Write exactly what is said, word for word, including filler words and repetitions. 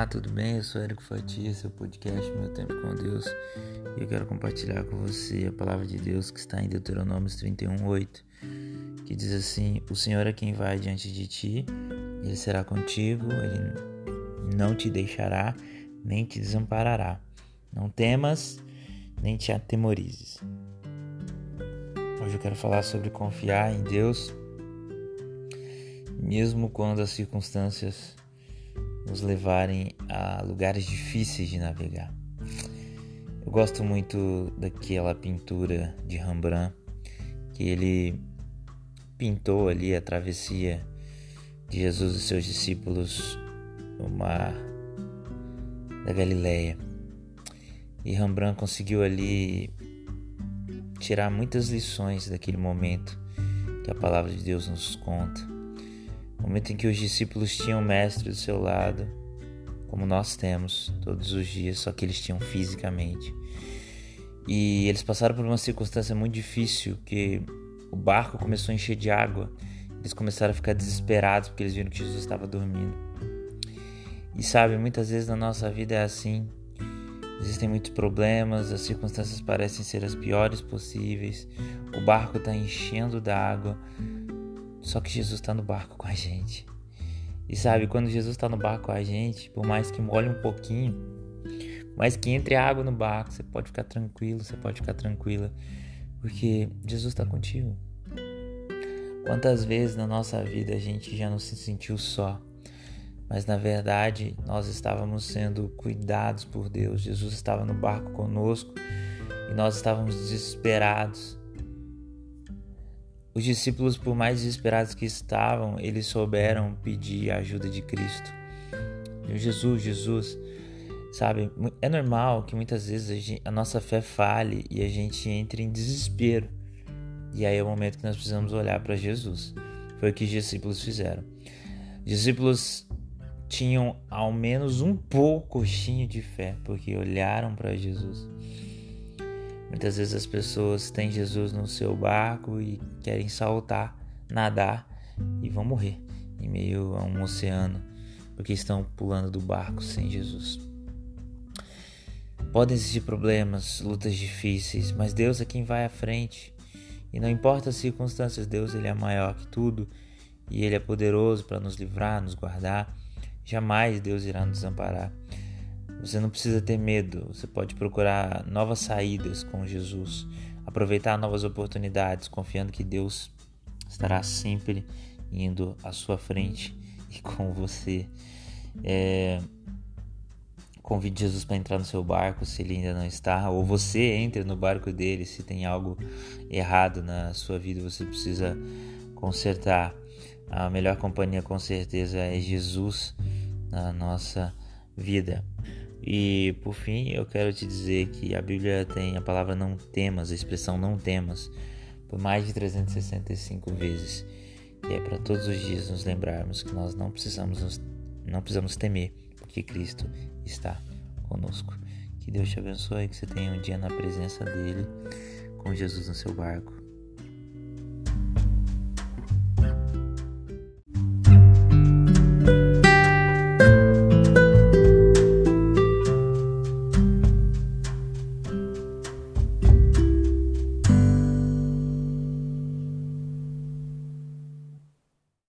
Olá, tudo bem? Eu sou Érico Fatia, seu podcast Meu Tempo com Deus, e eu quero compartilhar com você a palavra de Deus que está em Deuteronômio trinta e um, oito, que diz assim: o Senhor é quem vai diante de ti, Ele será contigo, Ele não te deixará, nem te desamparará. Não temas, nem te atemorizes. Hoje eu quero falar sobre confiar em Deus, mesmo quando as circunstâncias nos levarem a lugares difíceis de navegar. Eu gosto muito daquela pintura de Rembrandt, que ele pintou ali a travessia de Jesus e seus discípulos no mar da Galileia. E Rembrandt conseguiu ali tirar muitas lições daquele momento que a palavra de Deus nos conta. O momento em que os discípulos tinham o mestre do seu lado, como nós temos todos os dias, só que eles tinham fisicamente. E eles passaram por uma circunstância muito difícil, que o barco começou a encher de água. Eles começaram a ficar desesperados porque eles viram que Jesus estava dormindo. E sabe, muitas vezes na nossa vida é assim. Existem muitos problemas, as circunstâncias parecem ser as piores possíveis. O barco está enchendo d'água. Só que Jesus está no barco com a gente. E sabe, quando Jesus está no barco com a gente, por mais que molhe um pouquinho, por mais que entre água no barco, você pode ficar tranquilo, você pode ficar tranquila, porque Jesus está contigo. Quantas vezes na nossa vida a gente já não se sentiu só, mas na verdade nós estávamos sendo cuidados por Deus. Jesus estava no barco conosco e nós estávamos desesperados. Os discípulos, por mais desesperados que estavam, eles souberam pedir a ajuda de Cristo. Jesus, Jesus, sabe? É normal que muitas vezes a, gente, a nossa fé falhe e a gente entre em desespero. E aí é o momento que nós precisamos olhar para Jesus. Foi o que os discípulos fizeram. Os discípulos tinham ao menos um pouquinho de fé, porque olharam para Jesus. Muitas vezes as pessoas têm Jesus no seu barco e querem saltar, nadar e vão morrer em meio a um oceano, porque estão pulando do barco sem Jesus. Podem existir problemas, lutas difíceis, mas Deus é quem vai à frente. E não importa as circunstâncias, Deus ele é maior que tudo e Ele é poderoso para nos livrar, nos guardar. Jamais Deus irá nos desamparar. Você não precisa ter medo, você pode procurar novas saídas com Jesus, aproveitar novas oportunidades, confiando que Deus estará sempre indo à sua frente e com você. É... Convide Jesus para entrar no seu barco se ele ainda não está, ou você entre no barco dele se tem algo errado na sua vida, você precisa consertar. A melhor companhia com certeza é Jesus na nossa vida. E por fim, eu quero te dizer que a Bíblia tem a palavra não temas, a expressão não temas, por mais de trezentas e sessenta e cinco vezes. E é para todos os dias nos lembrarmos que nós não precisamos, não precisamos temer, porque Cristo está conosco. Que Deus te abençoe, que você tenha um dia na presença dele, com Jesus no seu barco.